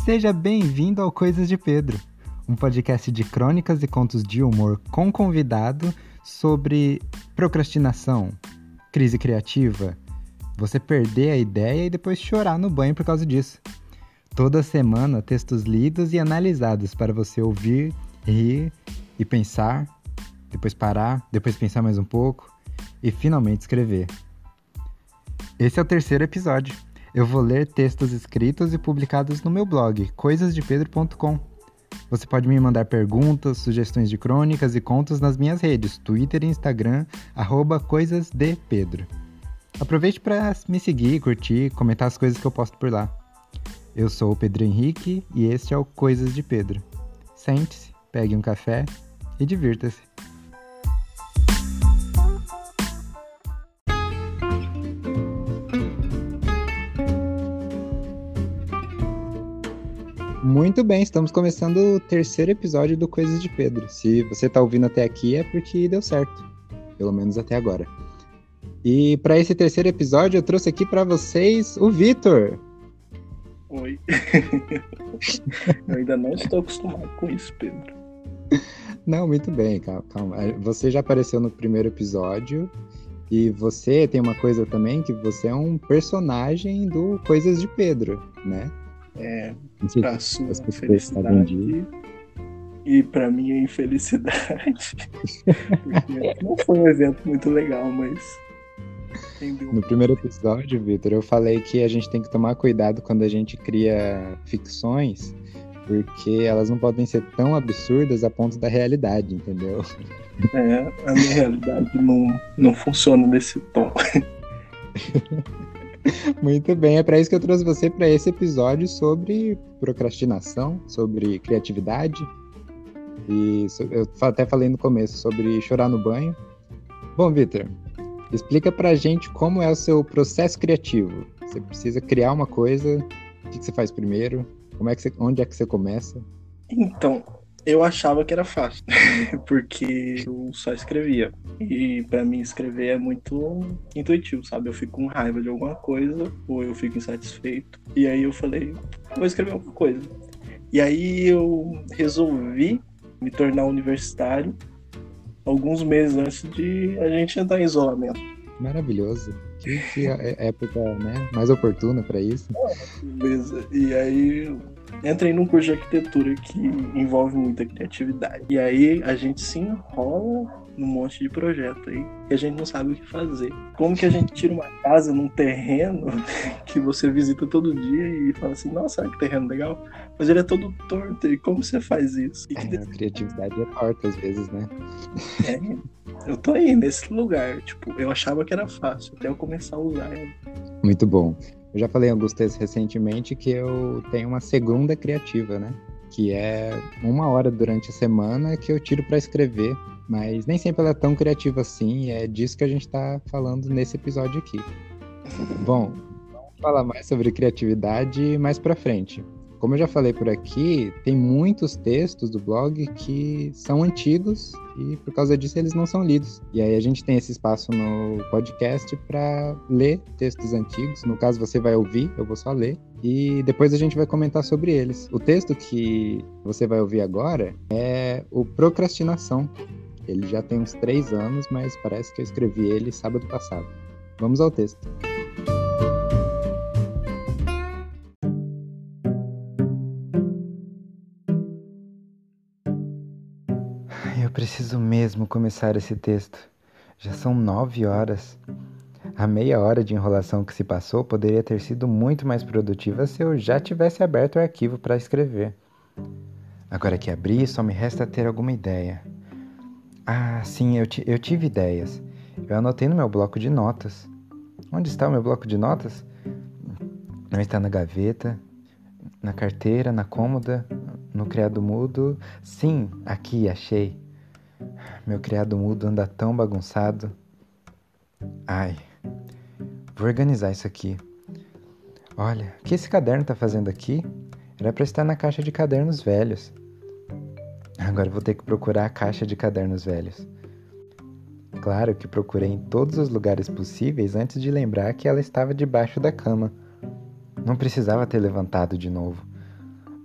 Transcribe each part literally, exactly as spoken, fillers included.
Seja bem-vindo ao Coisas de Pedro, um podcast de crônicas e contos de humor com convidado sobre procrastinação, crise criativa, você perder a ideia e depois chorar no banho por causa disso. Toda semana, textos lidos e analisados para você ouvir, rir e pensar, depois parar, depois pensar mais um pouco e finalmente escrever. Esse é o terceiro episódio. Eu vou ler textos escritos e publicados no meu blog, coisas de pedro ponto com. Você pode me mandar perguntas, sugestões de crônicas e contos nas minhas redes, Twitter e Instagram, arroba coisasdepedro. Aproveite para me seguir, curtir, comentar as coisas que eu posto por lá. Eu sou o Pedro Henrique e este é o Coisas de Pedro. Sente-se, pegue um café e divirta-se. Muito bem, estamos começando o terceiro episódio do Coisas de Pedro. Se você está ouvindo até aqui é porque deu certo, pelo menos até agora. E para esse terceiro episódio eu trouxe aqui para vocês o Vitor. Oi. Eu ainda não estou acostumado com isso, Pedro. Não, muito bem, calma, calma. Você já apareceu no primeiro episódio e você tem uma coisa também, que você é um personagem do Coisas de Pedro, né? É, se pra sua felicidade e pra minha infelicidade. Porque não foi um evento muito legal, mas... Entendeu? No primeiro episódio, Vitor, eu falei que a gente tem que tomar cuidado quando a gente cria ficções, porque elas não podem ser tão absurdas a ponto da realidade, entendeu? É, a minha realidade não, não funciona nesse tom. Muito bem, é para isso que eu trouxe você para esse episódio sobre procrastinação, sobre criatividade. E eu até falei no começo sobre chorar no banho. Bom, Vitor, explica pra gente como é o seu processo criativo. Você precisa criar uma coisa, o que você faz primeiro? Como é que você, onde é que você começa? Então, eu achava que era fácil, porque eu só escrevia. E pra mim escrever é muito intuitivo, sabe? Eu fico com raiva de alguma coisa, ou eu fico insatisfeito. E aí eu falei, vou escrever alguma coisa. E aí eu resolvi me tornar universitário alguns meses antes de a gente entrar em isolamento. Maravilhoso. Que, que época, né, mais oportuna para isso. Beleza. E aí entrei num curso de arquitetura que envolve muita criatividade. E aí a gente se enrola num monte de projeto aí que a gente não sabe o que fazer. Como que a gente tira uma casa num terreno que você visita todo dia e fala assim, nossa, que terreno legal, mas ele é todo torto, e como você faz isso? E que... é, a criatividade é torta às vezes, né? É, eu tô aí nesse lugar, tipo, eu achava que era fácil até eu começar a usar ela. Muito bom. Eu já falei em alguns textos recentemente que eu tenho uma segunda criativa, né? Que é uma hora durante a semana que eu tiro para escrever, mas nem sempre ela é tão criativa assim, e é disso que a gente está falando nesse episódio aqui. Bom, vamos falar mais sobre criatividade mais para frente. Como eu já falei por aqui, tem muitos textos do blog que são antigos e por causa disso eles não são lidos. E aí a gente tem esse espaço no podcast para ler textos antigos. No caso você vai ouvir, eu vou só ler. E depois a gente vai comentar sobre eles. O texto que você vai ouvir agora é o Procrastinação. Ele já tem uns três anos, mas parece que eu escrevi ele sábado passado. Vamos ao texto. Eu preciso mesmo começar esse texto. Já são nove horas. A meia hora de enrolação que se passou poderia ter sido muito mais produtiva se eu já tivesse aberto o arquivo para escrever. Agora que abri, só me resta ter alguma ideia. Ah, sim, eu, t- eu tive ideias. Eu anotei no meu bloco de notas. Onde está o meu bloco de notas? Não está na gaveta, na carteira, na cômoda, no criado mudo. Sim, aqui, achei. Meu criado mudo anda tão bagunçado. Ai, vou organizar isso aqui. Olha, o que esse caderno tá fazendo aqui? Era pra estar na caixa de cadernos velhos. Agora vou ter que procurar a caixa de cadernos velhos. Claro que procurei em todos os lugares possíveis antes de lembrar que ela estava debaixo da cama. Não precisava ter levantado de novo.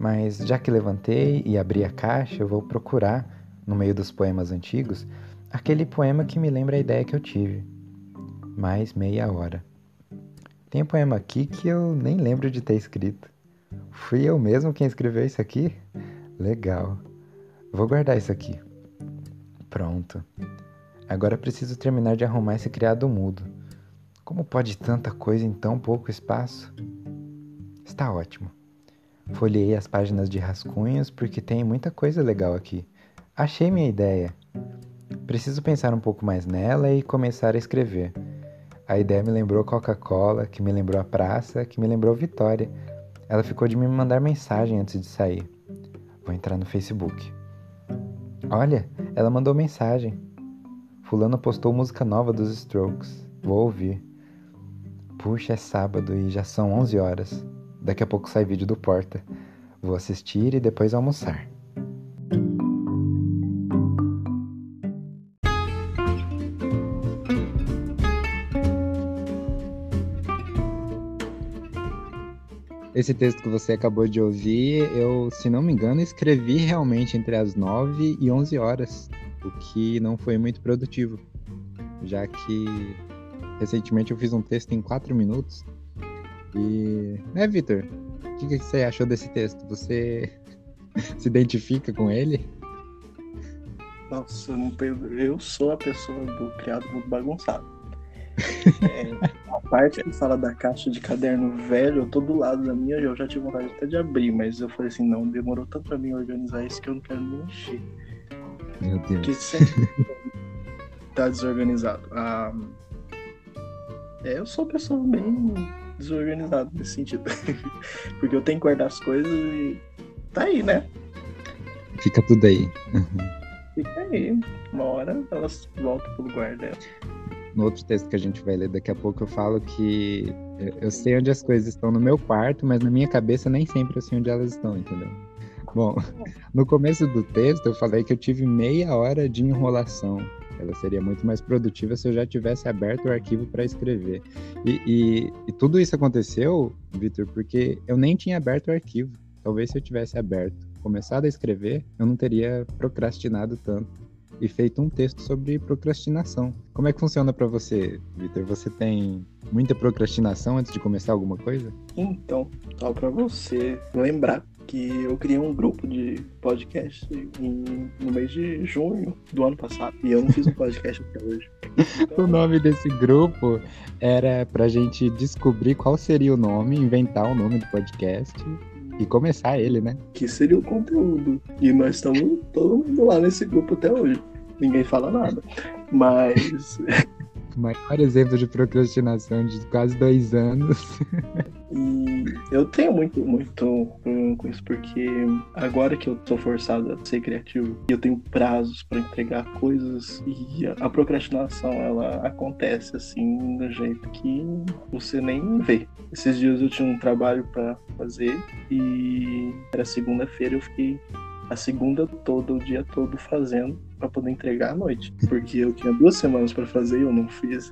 Mas já que levantei e abri a caixa, eu vou procurar, no meio dos poemas antigos, aquele poema que me lembra a ideia que eu tive. Mais meia hora. Tem um poema aqui que eu nem lembro de ter escrito. Fui eu mesmo quem escreveu isso aqui? Legal. Vou guardar isso aqui. Pronto. Agora preciso terminar de arrumar esse criado mudo. Como pode tanta coisa em tão pouco espaço? Está ótimo. Folheei as páginas de rascunhos porque tem muita coisa legal aqui. Achei minha ideia. Preciso pensar um pouco mais nela e começar a escrever. A ideia me lembrou Coca-Cola, que me lembrou a praça, que me lembrou Vitória. Ela ficou de me mandar mensagem antes de sair. Vou entrar no Facebook. Olha, ela mandou mensagem. Fulano postou música nova dos Strokes. Vou ouvir. Puxa, é sábado e já são onze horas. Daqui a pouco sai vídeo do Porta. Vou assistir e depois almoçar. Esse texto que você acabou de ouvir, eu, se não me engano, escrevi realmente entre as nove e onze horas, o que não foi muito produtivo, já que recentemente eu fiz um texto em quatro minutos. E, né, Vitor? O que, que você achou desse texto? Você se identifica com ele? Nossa, eu, não penso- eu sou a pessoa do criado muito bagunçado. É, a parte que fala da caixa de caderno velho, eu tô do lado da minha, eu já tive vontade até de abrir, mas eu falei assim, não, demorou tanto pra mim organizar isso que eu não quero nem mexer. Meu Porque Deus. sempre tá desorganizado. Ah, é, eu sou uma pessoa bem desorganizada nesse sentido. Porque eu tenho que guardar as coisas e tá aí, né? Fica tudo aí. Fica aí. Uma hora elas voltam pro lugar dela. No outro texto que a gente vai ler daqui a pouco, eu falo que eu- eu sei onde as coisas estão no meu quarto, mas na minha cabeça nem sempre eu sei onde elas estão, entendeu? Bom, no começo do texto eu falei que eu tive meia hora de enrolação. Ela seria muito mais produtiva se eu já tivesse aberto o arquivo para escrever. E, e- e tudo isso aconteceu, Vitor, porque eu nem tinha aberto o arquivo. Talvez se eu tivesse aberto, começado a escrever, eu não teria procrastinado tanto e feito um texto sobre procrastinação. Como é que funciona para você, Vitor? Você tem muita procrastinação antes de começar alguma coisa? Então, só pra você lembrar que eu criei um grupo de podcast em- no mês de junho do ano passado. E eu não fiz um podcast até hoje. O nome desse grupo era pra gente descobrir qual seria o nome, inventar o nome do podcast e começar ele, né? Que seria o conteúdo. E nós estamos todo mundo lá nesse grupo até hoje. Ninguém fala nada. Mas. O maior exemplo de procrastinação de quase dois anos. E eu tenho muito, muito problema com isso, porque agora que eu sou forçado a ser criativo, e eu tenho prazos para entregar coisas, e a procrastinação, ela acontece assim, do jeito que você nem vê. Esses dias eu tinha um trabalho para fazer, e era segunda-feira, eu fiquei a segunda toda, o dia todo fazendo, para poder entregar à noite. Porque eu tinha duas semanas para fazer e eu não fiz.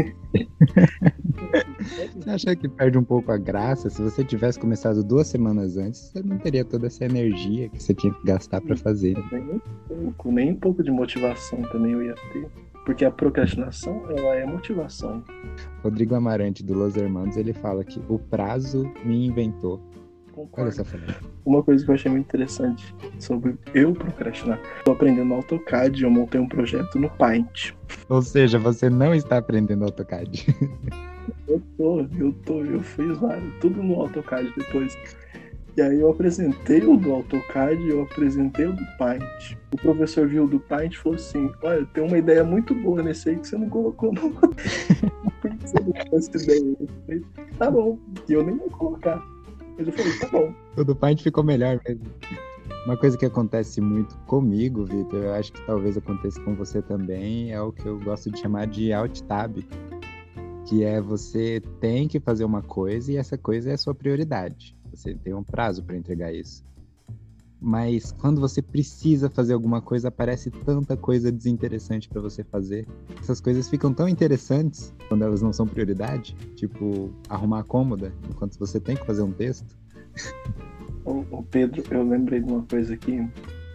Você acha que perde um pouco a graça? Se você tivesse começado duas semanas antes, você não teria toda essa energia que você tinha que gastar pra fazer. Nem um pouco, nem um pouco de motivação também eu ia ter. Porque a procrastinação, ela é motivação. Rodrigo Amarante, do Los Hermanos, ele fala que o prazo me inventou. Olha Concordo. essa frase. Uma coisa que eu achei muito interessante sobre eu procrastinar. Estou aprendendo no AutoCAD e eu montei um projeto no Paint. Ou seja, você não está aprendendo AutoCAD. Eu tô, eu tô, eu fiz vários, tudo no AutoCAD depois. E aí eu apresentei o do AutoCAD, eu apresentei o do Paint. O professor viu o do Paint e falou assim, olha, tem uma ideia muito boa nesse aí que você não colocou no... Por que você não colocou essa ideia? Eu falei, tá bom, e eu nem vou colocar. Mas eu falei, tá bom. O do Paint ficou melhor mesmo. Uma coisa que acontece muito comigo, Vitor, eu acho que talvez aconteça com você também, é o que eu gosto de chamar de alt-tab. Que é você tem que fazer uma coisa e essa coisa é a sua prioridade. Você tem um prazo para entregar isso. Mas quando você precisa fazer alguma coisa, aparece tanta coisa desinteressante para você fazer. Essas coisas ficam tão interessantes quando elas não são prioridade. Tipo, arrumar a cômoda enquanto você tem que fazer um texto. Ô, ô, Pedro, eu lembrei de uma coisa aqui,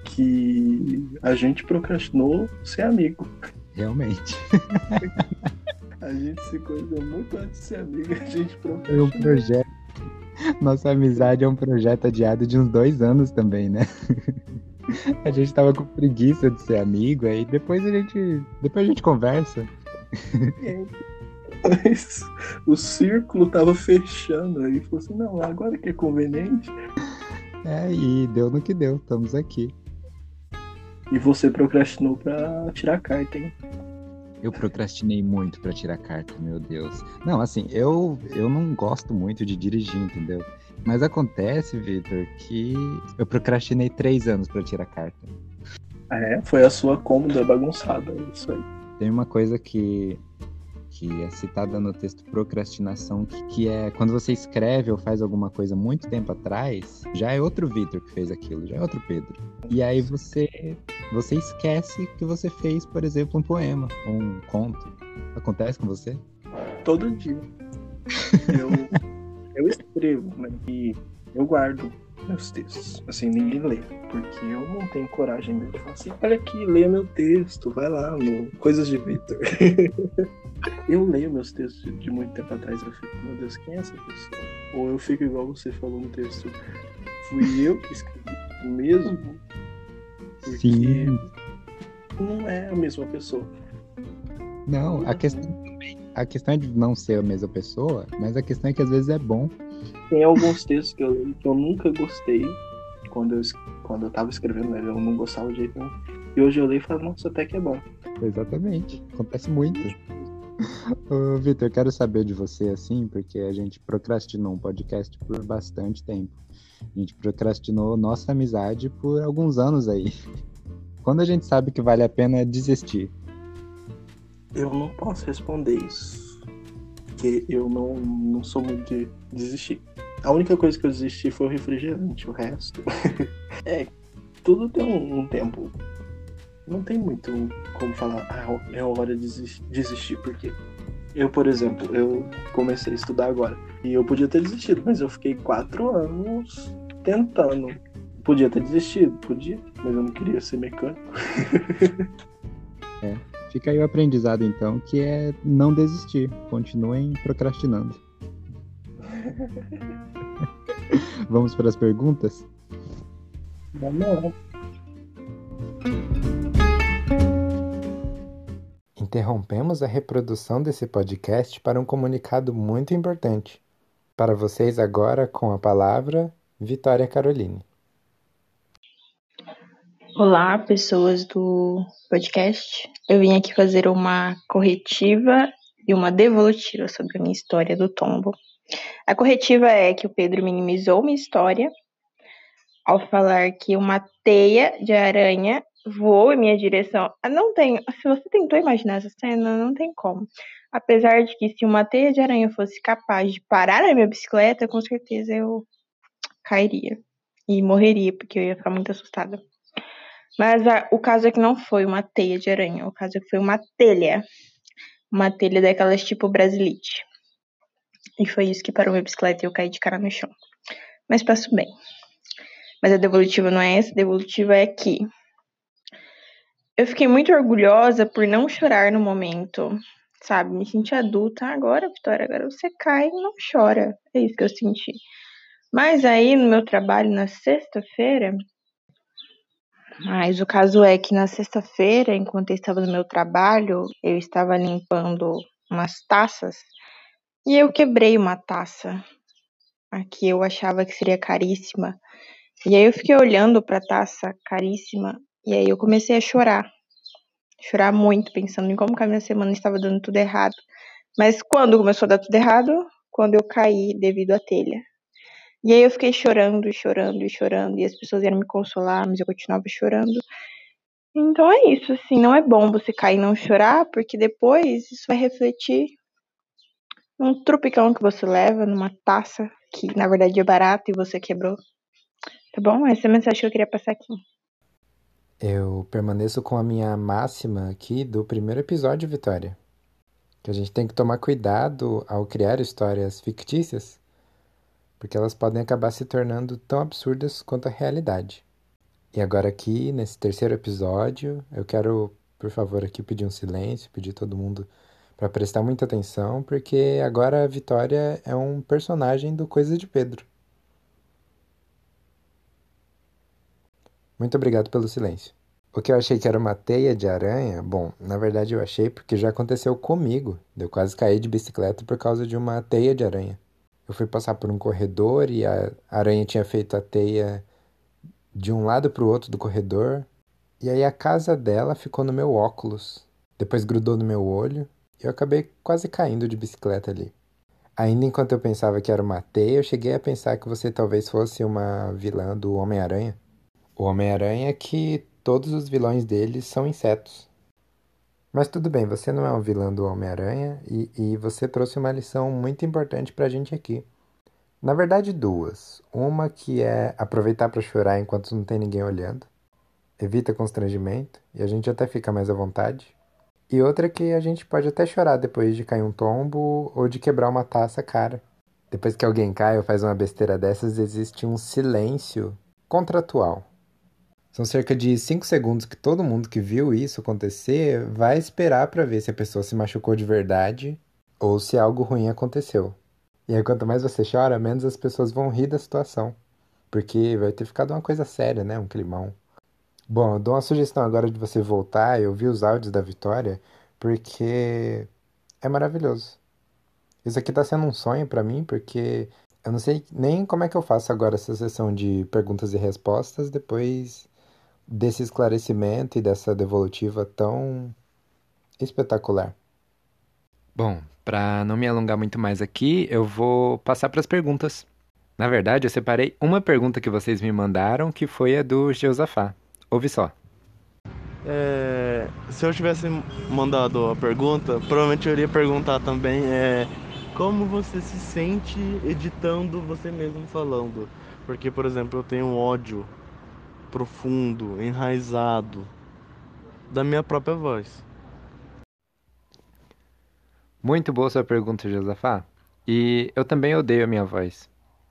que a gente procrastinou ser amigo. Realmente. A gente se conheceu muito antes de ser amigo, a gente Foi um procrastinou. projeto. Nossa amizade é um projeto adiado de uns dois anos também, né? A gente tava com preguiça de ser amigo, aí depois a gente. Depois a gente conversa. E aí, mas o círculo tava fechando, aí falou assim, não, agora que é conveniente. É, e deu no que deu, estamos aqui. E você procrastinou pra tirar a carta, hein? Eu procrastinei muito pra tirar carta, meu Deus. Não, assim, eu, eu não gosto muito de dirigir, entendeu? Mas acontece, Vitor, que eu procrastinei três anos pra tirar carta. Ah, é, foi a sua cômoda bagunçada, é isso aí. Tem uma coisa que, que é citada no texto procrastinação, que, que é quando você escreve ou faz alguma coisa muito tempo atrás, já é outro Vitor que fez aquilo, já é outro Pedro. E aí você, você esquece que você fez, por exemplo, um poema, ou um conto. Acontece com você? Todo dia. Eu, eu escrevo, mas e eu guardo meus textos. Assim, ninguém lê. Porque eu não tenho coragem de falar assim, olha aqui, leia meu texto, vai lá no Coisas de Vitor. Eu leio meus textos de, de muito tempo atrás, eu fico, meu Deus, quem é essa pessoa? Ou eu fico igual você falou no texto, fui eu que escrevi mesmo? Porque Sim. não é a mesma pessoa. Não, a questão, a questão é de não ser a mesma pessoa, mas a questão é que às vezes é bom. Tem alguns textos que eu leio que eu nunca gostei quando eu, es- quando eu tava escrevendo, né? Eu não gostava de jeito nenhum. E hoje eu leio e falo, nossa, até que é bom. Exatamente. Acontece muito. Ô, Vitor, eu quero saber de você, assim, porque a gente procrastinou um podcast por bastante tempo. A gente procrastinou nossa amizade por alguns anos aí. Quando a gente sabe que vale a pena desistir? Eu não posso responder isso, porque eu não, não sou muito de desistir. A única coisa que eu desisti foi o refrigerante, o resto. É, tudo tem um, um tempo. Não tem muito como falar, ah, é hora de desis- desistir, porque eu, por exemplo, eu comecei a estudar agora e eu podia ter desistido, mas eu fiquei quatro anos tentando. Podia ter desistido, podia, mas eu não queria ser mecânico. É. Fica aí o aprendizado, então, que é não desistir. Continuem procrastinando. Vamos para as perguntas? Vamos lá. Interrompemos a reprodução desse podcast para um comunicado muito importante. Para vocês agora, com a palavra, Vitória Caroline. Olá, pessoas do podcast. Eu vim aqui fazer uma corretiva e uma devolutiva sobre a minha história do tombo. A corretiva é que o Pedro minimizou minha história ao falar que uma teia de aranha voou em minha direção. Não tem, se você tentou imaginar essa cena, não tem como. Apesar de que se uma teia de aranha fosse capaz de parar a minha bicicleta, com certeza eu cairia e morreria, porque eu ia ficar muito assustada. Mas a, o caso é que não foi uma teia de aranha, o caso é que foi uma telha. Uma telha daquelas tipo brasilite. E foi isso que parou minha bicicleta e eu caí de cara no chão. Mas passo bem. Mas a devolutiva não é essa, a devolutiva é que eu fiquei muito orgulhosa por não chorar no momento, sabe? Me senti adulta. Agora, Vitória, agora você cai e não chora. É isso que eu senti. Mas aí, no meu trabalho, na sexta-feira... Mas o caso é que na sexta-feira, enquanto eu estava no meu trabalho, eu estava limpando umas taças e eu quebrei uma taça. A que eu achava que seria caríssima. E aí eu fiquei olhando para a taça caríssima e aí eu comecei a chorar. Chorar muito, pensando em como que a minha semana estava dando tudo errado. Mas quando começou a dar tudo errado? Quando eu caí devido à telha. E aí eu fiquei chorando, chorando e chorando. E as pessoas iam me consolar, mas eu continuava chorando. Então é isso, assim, não é bom você cair e não chorar, porque depois isso vai refletir num tropicão que você leva, numa taça, que na verdade é barata e você quebrou. Tá bom? Essa é a mensagem que eu queria passar aqui. Eu permaneço com a minha máxima aqui do primeiro episódio, Vitória. Que a gente tem que tomar cuidado ao criar histórias fictícias, porque elas podem acabar se tornando tão absurdas quanto a realidade. E agora aqui, nesse terceiro episódio, eu quero, por favor, aqui pedir um silêncio, pedir todo mundo para prestar muita atenção, porque agora a Vitória é um personagem do Coisas de Pedro. Muito obrigado pelo silêncio. O que eu achei que era uma teia de aranha, bom, na verdade eu achei porque já aconteceu comigo. Eu quase caí de bicicleta por causa de uma teia de aranha. Eu fui passar por um corredor e a aranha tinha feito a teia de um lado para o outro do corredor. E aí a casa dela ficou no meu óculos. Depois grudou no meu olho e eu acabei quase caindo de bicicleta ali. Ainda enquanto eu pensava que era uma teia, eu cheguei a pensar que você talvez fosse uma vilã do Homem-Aranha. O Homem-Aranha é que todos os vilões dele são insetos. Mas tudo bem, você não é um vilão do Homem-Aranha e, e você trouxe uma lição muito importante pra gente aqui. Na verdade, duas. Uma que é aproveitar pra chorar enquanto não tem ninguém olhando. Evita constrangimento e a gente até fica mais à vontade. E outra que a gente pode até chorar depois de cair um tombo ou de quebrar uma taça cara. Depois que alguém cai ou faz uma besteira dessas, existe um silêncio contratual. São cerca de cinco segundos que todo mundo que viu isso acontecer vai esperar para ver se a pessoa se machucou de verdade ou se algo ruim aconteceu. E aí, quanto mais você chora, menos as pessoas vão rir da situação. Porque vai ter ficado uma coisa séria, né? Um climão. Bom, eu dou uma sugestão agora de você voltar e ouvir os áudios da Vitória, porque é maravilhoso. Isso aqui tá sendo um sonho pra mim, porque eu não sei nem como é que eu faço agora essa sessão de perguntas e respostas depois desse esclarecimento e dessa devolutiva tão espetacular. Bom, para não me alongar muito mais aqui, eu vou passar para as perguntas. Na verdade, eu separei uma pergunta que vocês me mandaram, que foi a do Geosafá. Ouve só. É, se eu tivesse mandado a pergunta, provavelmente eu iria perguntar também é, como você se sente editando você mesmo falando. Porque, por exemplo, eu tenho um ódio profundo, enraizado da minha própria voz. Muito boa sua pergunta, Josafá. E eu também odeio a minha voz.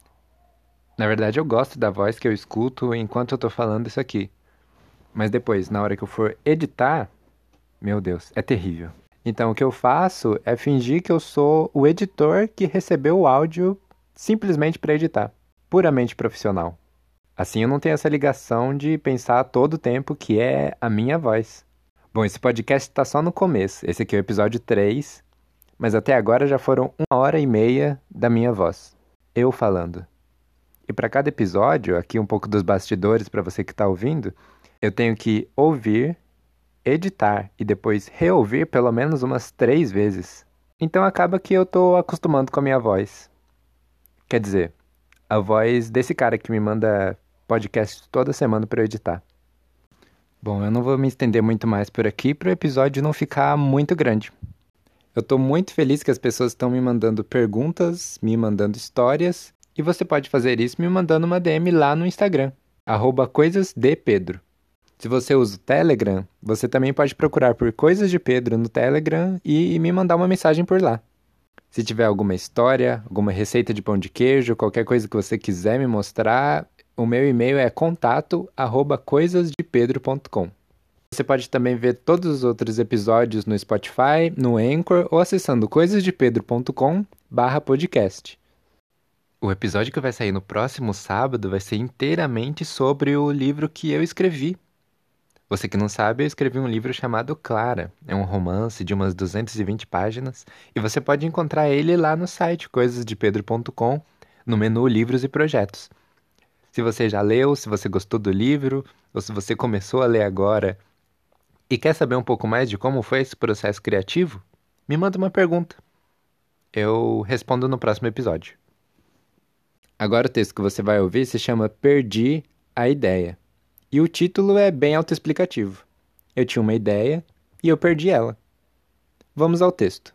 Na verdade, eu gosto da voz que eu escuto enquanto eu tô falando isso aqui. Mas depois, na hora que eu for editar, meu Deus, é terrível. Então, o que eu faço é fingir que eu sou o editor que recebeu o áudio simplesmente para editar. Puramente profissional. Assim eu não tenho essa ligação de pensar todo o tempo que é a minha voz. Bom, esse podcast está só no começo. Esse aqui é o episódio três, mas até agora já foram uma hora e meia da minha voz. Eu falando. E para cada episódio, aqui um pouco dos bastidores para você que está ouvindo, eu tenho que ouvir, editar e depois reouvir pelo menos umas três vezes. Então acaba que eu estou acostumando com a minha voz. Quer dizer, a voz desse cara que me manda podcast toda semana para eu editar. Bom, eu não vou me estender muito mais por aqui para o episódio não ficar muito grande. Eu estou muito feliz que as pessoas estão me mandando perguntas, me mandando histórias, e você pode fazer isso me mandando uma D M lá no Instagram, arroba coisasdepedro. Se você usa o Telegram, você também pode procurar por Coisas de Pedro no Telegram e me mandar uma mensagem por lá. Se tiver alguma história, alguma receita de pão de queijo, qualquer coisa que você quiser me mostrar, o meu e-mail é contato arroba coisasdepedro ponto com. Você pode também ver todos os outros episódios no Spotify, no Anchor ou acessando coisasdepedro ponto com barra podcast. O episódio que vai sair no próximo sábado vai ser inteiramente sobre o livro que eu escrevi. Você que não sabe, eu escrevi um livro chamado Clara. É um romance de umas duzentas e vinte páginas e você pode encontrar ele lá no site coisasdepedro ponto com, no menu Livros e Projetos. Se você já leu, se você gostou do livro, ou se você começou a ler agora e quer saber um pouco mais de como foi esse processo criativo, me manda uma pergunta. Eu respondo no próximo episódio. Agora o texto que você vai ouvir se chama Perdi a Ideia. E o título é bem autoexplicativo. Eu tinha uma ideia e eu perdi ela. Vamos ao texto.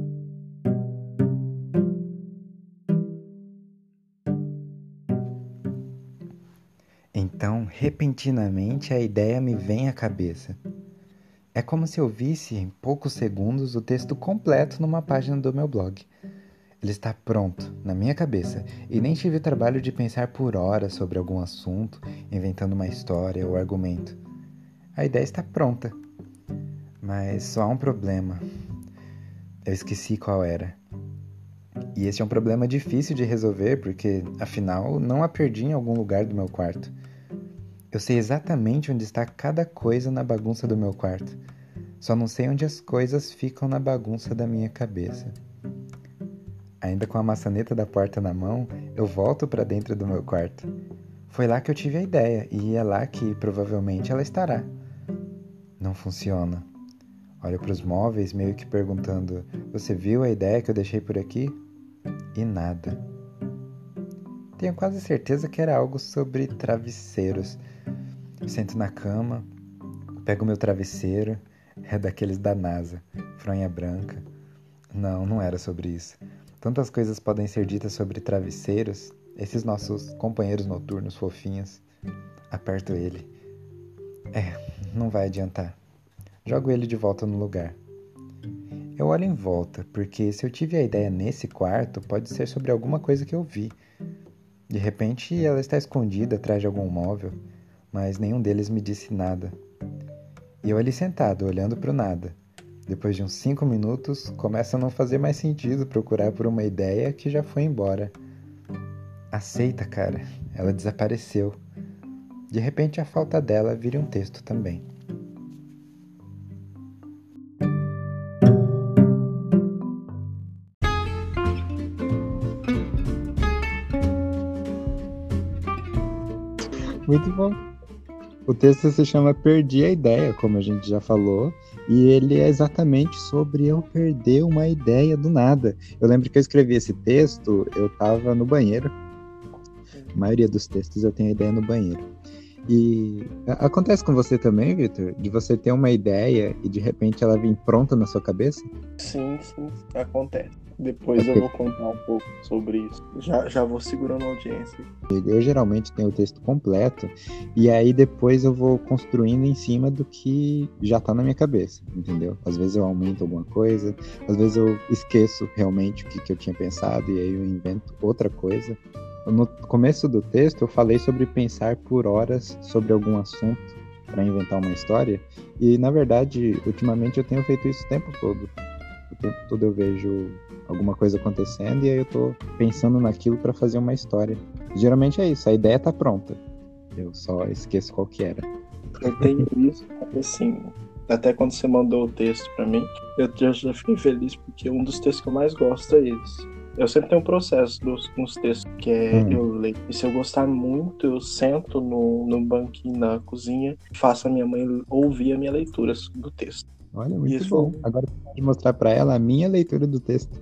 Então, repentinamente, a ideia me vem à cabeça. É como se eu visse em poucos segundos o texto completo numa página do meu blog. Ele está pronto, na minha cabeça, e nem tive o trabalho de pensar por horas sobre algum assunto, inventando uma história ou argumento. A ideia está pronta, mas só há um problema. Eu esqueci qual era. E esse é um problema difícil de resolver, porque, afinal, não a perdi em algum lugar do meu quarto. Eu sei exatamente onde está cada coisa na bagunça do meu quarto. Só não sei onde as coisas ficam na bagunça da minha cabeça. Ainda com a maçaneta da porta na mão, eu volto para dentro do meu quarto. Foi lá que eu tive a ideia, e é lá que, provavelmente, ela estará. Não funciona. Olho para os móveis, meio que perguntando: você viu a ideia que eu deixei por aqui? E nada. Tenho quase certeza que era algo sobre travesseiros. Eu sento na cama, pego meu travesseiro, é daqueles da NASA, fronha branca. Não, não era sobre isso. Tantas coisas podem ser ditas sobre travesseiros, esses nossos companheiros noturnos fofinhos. Aperto ele. É, não vai adiantar. Jogo ele de volta no lugar. Eu olho em volta, porque se eu tive a ideia nesse quarto, pode ser sobre alguma coisa que eu vi. De repente, ela está escondida atrás de algum móvel, mas nenhum deles me disse nada. E eu ali sentado, olhando para o nada. Depois de uns cinco minutos, começa a não fazer mais sentido procurar por uma ideia que já foi embora. Aceita, cara. Ela desapareceu. De repente, a falta dela vira um texto também. Muito bom. O texto se chama Perdi a Ideia, como a gente já falou, e ele é exatamente sobre eu perder uma ideia do nada. Eu lembro que eu escrevi esse texto, eu estava no banheiro. A maioria dos textos eu tenho a ideia no banheiro. E acontece com você também, Vitor? De você ter uma ideia e de repente ela vir pronta na sua cabeça? Sim, sim, acontece. Depois eu vou contar um pouco sobre isso. Já, já vou segurando a audiência. Eu geralmente tenho o texto completo e aí depois eu vou construindo em cima do que já tá na minha cabeça, entendeu? Às vezes eu aumento alguma coisa, às vezes eu esqueço realmente o que, que eu tinha pensado e aí eu invento outra coisa. No começo do texto eu falei sobre pensar por horas sobre algum assunto para inventar uma história e, na verdade, ultimamente eu tenho feito isso o tempo todo. O tempo todo eu vejo alguma coisa acontecendo e aí eu tô pensando naquilo para fazer uma história. E, geralmente é isso, a ideia tá pronta. Eu só esqueço qual que era. Eu tenho isso, assim, até quando você mandou o texto para mim, eu já, já fiquei feliz porque um dos textos que eu mais gosto é esse. Eu sempre tenho um processo dos, nos textos, que é hum. eu leio. E se eu gostar muito, eu sento no, no banquinho na cozinha e faço a minha mãe ouvir a minha leitura do texto. Olha, muito Isso bom. Foi... Agora você pode mostrar para ela a minha leitura do texto.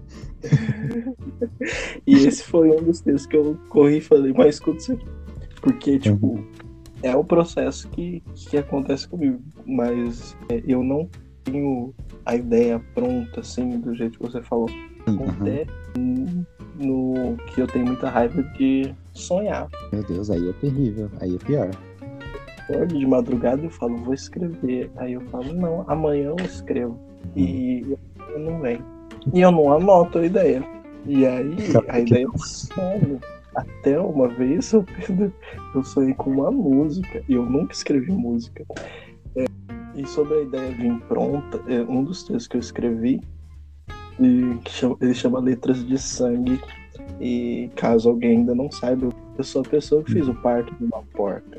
E esse foi um dos textos que eu corri e falei, mas escuta isso aqui. Porque, tipo, uhum. é o processo que, que acontece comigo. Mas é, eu não tenho a ideia pronta, assim, do jeito que você falou. Acontece uhum. no que eu tenho muita raiva de sonhar. Meu Deus, aí é terrível, aí é pior. De madrugada eu falo, vou escrever. Aí eu falo, não, amanhã eu escrevo. E eu não venho. E eu não anoto a ideia. E aí a ideia some. Até uma vez eu, eu sonhei com uma música. E eu nunca escrevi música. É, e sobre a ideia vir pronta, é um dos textos que eu escrevi, e que chama, ele chama Letras de Sangue. E caso alguém ainda não saiba, eu sou a pessoa que fez o parto de uma porca.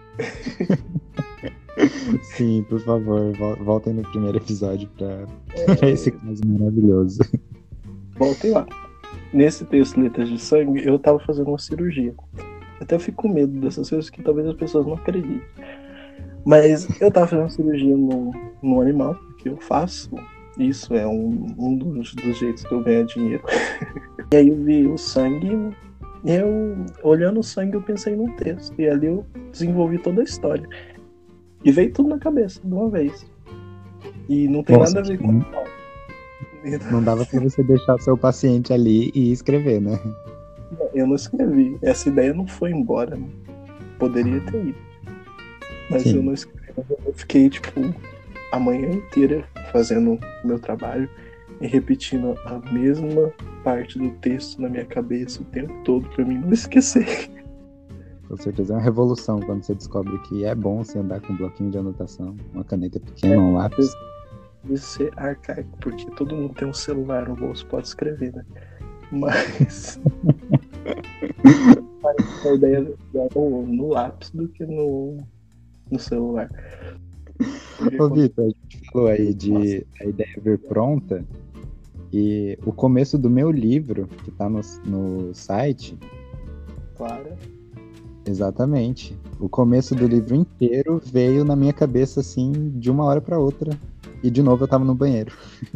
Sim, por favor, voltem no primeiro episódio pra é... esse caso maravilhoso. Voltem lá. Nesse texto, Letras de Sangue, eu tava fazendo uma cirurgia. Até eu fico com medo dessas coisas que talvez as pessoas não acreditem. Mas eu tava fazendo uma cirurgia no, no animal, que eu faço. Isso é um, um dos, dos jeitos que eu ganho dinheiro. E aí eu vi o sangue. Eu, olhando o sangue, eu pensei num texto. E ali eu desenvolvi toda a história. E veio tudo na cabeça, de uma vez. E não tem Nossa, nada a ver com... Não dava pra você deixar o seu paciente ali e escrever, né? Eu não escrevi. Essa ideia não foi embora. Né? Poderia ter ido. Mas Sim. eu não escrevi. Eu fiquei, tipo, a manhã inteira fazendo o meu trabalho e repetindo a mesma parte do texto na minha cabeça o tempo todo pra mim não esquecer. Com certeza é uma revolução quando você descobre que é bom você andar com um bloquinho de anotação, uma caneta pequena, é, um lápis. Isso é arcaico, porque todo mundo tem um celular no bolso, pode escrever, né? Mas parece que a ideia é no, no lápis do que no, no celular. Porque Ô, Vitor, a gente falou aí de Nossa. A ideia vir pronta, e o começo do meu livro, que tá no, no site... Claro. Exatamente. O começo do livro inteiro veio na minha cabeça, assim, de uma hora pra outra. E de novo eu tava no banheiro.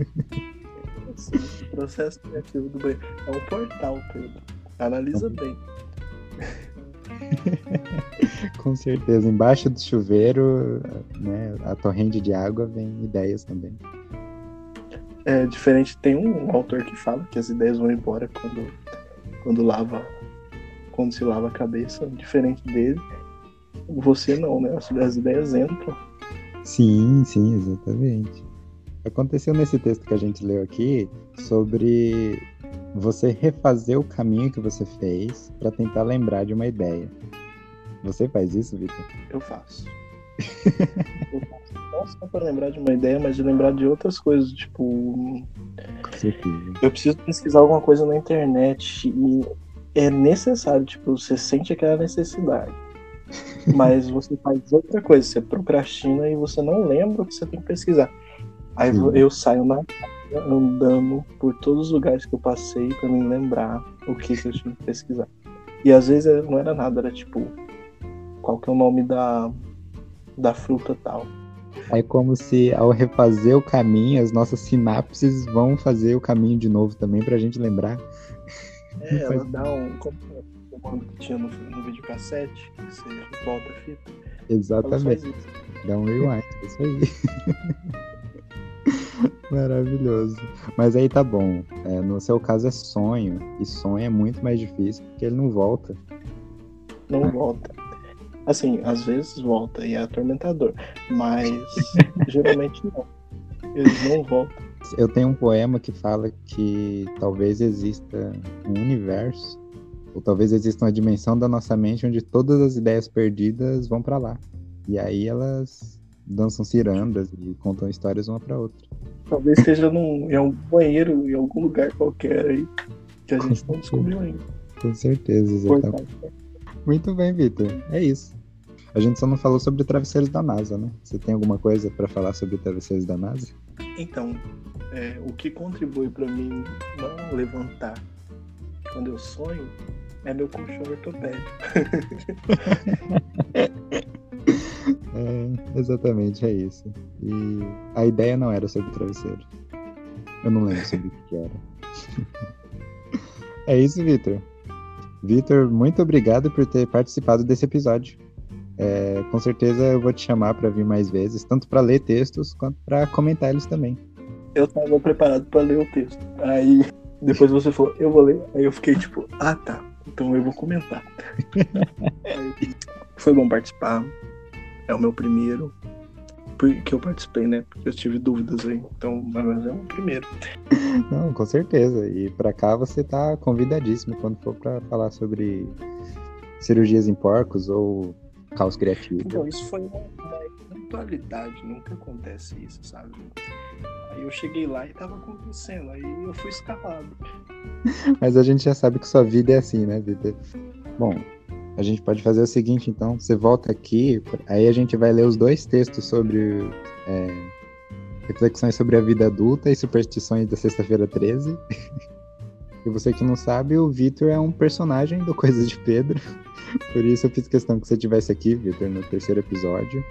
O processo criativo do banheiro é um portal, Pedro. Analisa bem. Com certeza. Embaixo do chuveiro, né, a torrente de água, vem ideias também. É diferente. Tem um autor que fala que as ideias vão embora quando, quando lava, quando se lava a cabeça. Diferente dele, você não, né? As, as ideias entram. Sim, sim, exatamente. Aconteceu nesse texto que a gente leu aqui sobre você refazer o caminho que você fez para tentar lembrar de uma ideia. Você faz isso, Vitor? Eu faço. Eu faço. Não só para lembrar de uma ideia, mas de lembrar de outras coisas, tipo... Com certeza. Eu preciso pesquisar alguma coisa na internet e é necessário, tipo, você sente aquela necessidade. Mas você faz outra coisa, você procrastina e você não lembra o que você tem que pesquisar. Aí Sim. eu saio na andando por todos os lugares que eu passei pra me lembrar o que, que eu tinha que pesquisar. E às vezes não era nada, era tipo, qual que é o nome da, da fruta tal. É como se ao refazer o caminho, as nossas sinapses vão fazer o caminho de novo também pra gente lembrar. É, ela dá um... Como o comando que tinha no, no videocassete, que você volta a fita. Exatamente. Dá um rewind, é isso aí. Maravilhoso. Mas aí tá bom. É, no seu caso é sonho. E sonho é muito mais difícil porque ele não volta. Não volta. Assim, às vezes volta e é atormentador. Mas geralmente não. Eles não voltam. Eu tenho um poema que fala que talvez exista um universo, ou talvez exista uma dimensão da nossa mente onde todas as ideias perdidas vão pra lá. E aí elas dançam cirandas e contam histórias uma pra outra. Talvez esteja num, em algum banheiro, em algum lugar qualquer aí, que a gente não descobriu ainda. Com certeza, exatamente. Muito bem, Vitor. É isso. A gente só não falou sobre travesseiros da NASA, né? Você tem alguma coisa pra falar sobre travesseiros da NASA? Então, é, o que contribui pra mim não levantar quando eu sonho é meu colchão ortopédico. É, exatamente, é isso. E a ideia não era sobre travesseiro. Eu não lembro sobre o que era. É isso, Vitor. Vitor, muito obrigado por ter participado desse episódio. É, com certeza eu vou te chamar para vir mais vezes, tanto para ler textos quanto para comentar eles também. Eu tava preparado para ler o texto. Aí depois você falou, eu vou ler. Aí eu fiquei tipo, ah tá, então eu vou comentar. Aí, foi bom participar. É o meu primeiro que eu participei, né? Porque eu tive dúvidas aí. Então, mas é o primeiro. Não, com certeza. E pra cá você tá convidadíssimo quando for pra falar sobre cirurgias em porcos ou caos criativo. Então, isso foi uma, uma eventualidade. Nunca acontece isso, sabe? Aí eu cheguei lá e tava acontecendo. Aí eu fui escalado. Mas a gente já sabe que sua vida é assim, né, Vitor? Bom, a gente pode fazer o seguinte, então. Você volta aqui, aí a gente vai ler os dois textos sobre é, reflexões sobre a vida adulta e superstições da sexta-feira treze. E você que não sabe, o Vitor é um personagem do Coisas de Pedro. Por isso eu fiz questão que você estivesse aqui, Vitor, no terceiro episódio.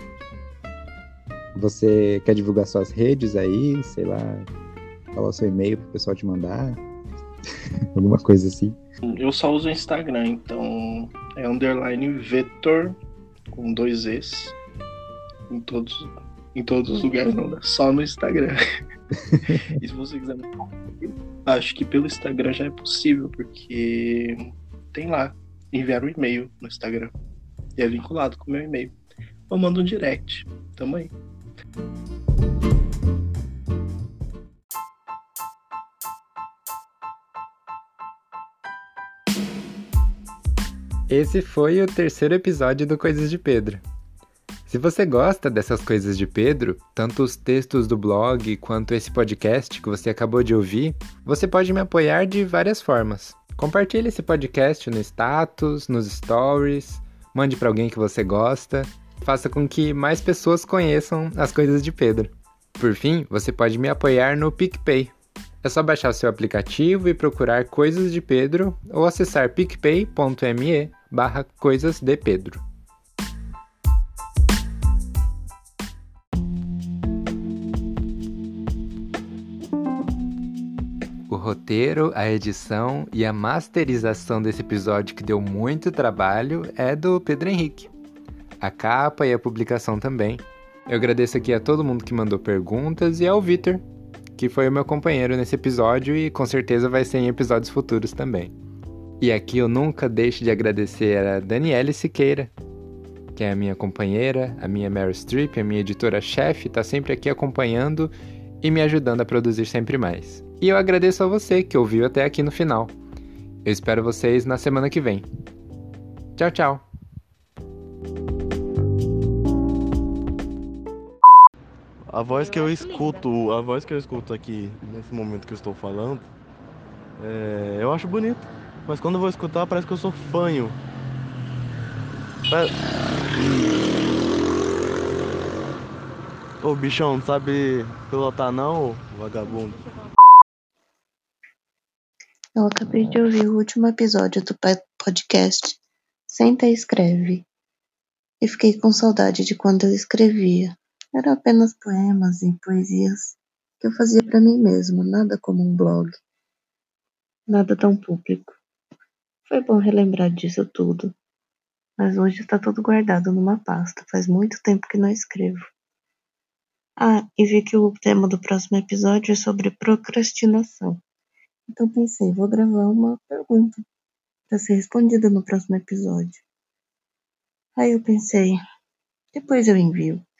Você quer divulgar suas redes aí, sei lá, falar o seu e-mail pro pessoal te mandar? Alguma coisa assim. Eu só uso o Instagram, então é underline Vetor com dois Es em todos, em todos os lugares, não, só no Instagram. E se você quiser me falar, acho que pelo Instagram já é possível, porque tem lá, enviar um e-mail no Instagram e é vinculado com o meu e-mail. Eu mando um direct, tamo aí. Esse foi o terceiro episódio do Coisas de Pedro. Se você gosta dessas coisas de Pedro, tanto os textos do blog quanto esse podcast que você acabou de ouvir, você pode me apoiar de várias formas. Compartilhe esse podcast no status, nos stories, mande para alguém que você gosta, faça com que mais pessoas conheçam as coisas de Pedro. Por fim, você pode me apoiar no PicPay. É só baixar o seu aplicativo e procurar Coisas de Pedro ou acessar picpay.me barra Coisas de Pedro. O roteiro, a edição e a masterização desse episódio, que deu muito trabalho, é do Pedro Henrique. A capa e a publicação também. Eu agradeço aqui a todo mundo que mandou perguntas e ao Vitor, que foi o meu companheiro nesse episódio e com certeza vai ser em episódios futuros também. E aqui eu nunca deixo de agradecer a Daniele Siqueira, que é a minha companheira, a minha Meryl Streep, a minha editora-chefe, está sempre aqui acompanhando e me ajudando a produzir sempre mais. E eu agradeço a você que ouviu até aqui no final. Eu espero vocês na semana que vem. Tchau, tchau! A voz que eu escuto, a voz que eu escuto aqui nesse momento que eu estou falando, é, eu acho bonito. Mas quando eu vou escutar, parece que eu sou fanho. Pare- Ô bichão, não sabe pilotar não, ô vagabundo? Eu acabei de ouvir o último episódio do pa- podcast Senta e Escreve e fiquei com saudade de quando eu escrevia. Eram apenas poemas e poesias que eu fazia para mim mesmo, nada como um blog, nada tão público. Foi bom relembrar disso tudo, mas hoje está tudo guardado numa pasta, faz muito tempo que não escrevo. Ah, e vi que o tema do próximo episódio é sobre procrastinação. Então pensei, vou gravar uma pergunta para ser respondida no próximo episódio. Aí eu pensei, depois eu envio.